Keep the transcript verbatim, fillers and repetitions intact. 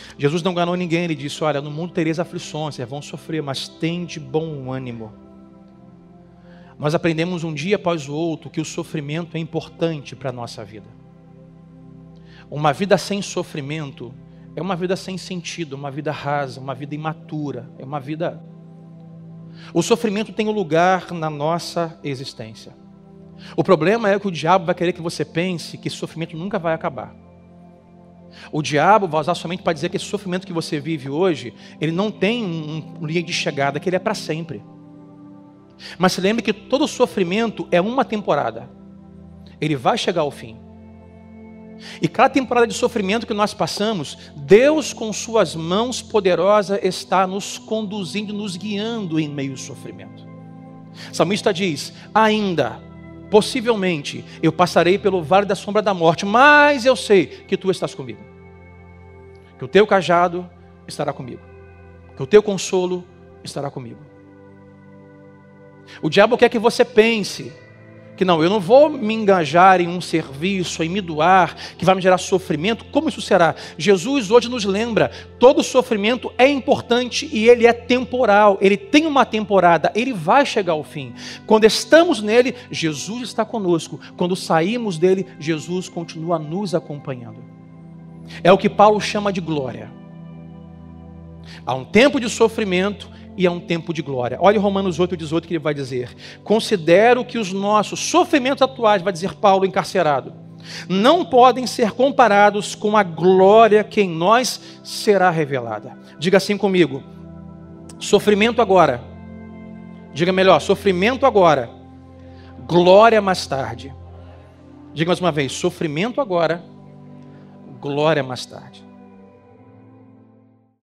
Jesus não enganou ninguém, ele disse, olha, no mundo tereis aflições, vocês vão sofrer, mas tende bom ânimo. Nós aprendemos um dia após o outro que o sofrimento é importante para a nossa vida. Uma vida sem sofrimento é uma vida sem sentido, uma vida rasa, uma vida imatura, é uma vida... O sofrimento tem um lugar na nossa existência. O problema é que o diabo vai querer que você pense que esse sofrimento nunca vai acabar. O diabo vai usar somente para dizer que esse sofrimento que você vive hoje, ele não tem um, um linha de chegada, que ele é para sempre. Mas se lembre que todo sofrimento é uma temporada. Ele vai chegar ao fim. E cada temporada de sofrimento que nós passamos, Deus com suas mãos poderosas está nos conduzindo, nos guiando em meio ao sofrimento. O salmista diz, ainda, possivelmente, eu passarei pelo vale da sombra da morte, mas eu sei que tu estás comigo. Que o teu cajado estará comigo. Que o teu consolo estará comigo. O diabo quer que você pense que não, eu não vou me engajar em um serviço, em me doar, que vai me gerar sofrimento. Como isso será? Jesus hoje nos lembra, todo sofrimento é importante e ele é temporal, ele tem uma temporada, ele vai chegar ao fim. Quando estamos nele, Jesus está conosco. Quando saímos dele, Jesus continua nos acompanhando. É o que Paulo chama de glória. Há um tempo de sofrimento e há um tempo de glória. Olha Romanos oito, dezoito que ele vai dizer. Considero que os nossos sofrimentos atuais, vai dizer Paulo encarcerado, não podem ser comparados com a glória que em nós será revelada. Diga assim comigo. Sofrimento agora. Diga melhor, sofrimento agora. Glória mais tarde. Diga mais uma vez, sofrimento agora. Glória mais tarde.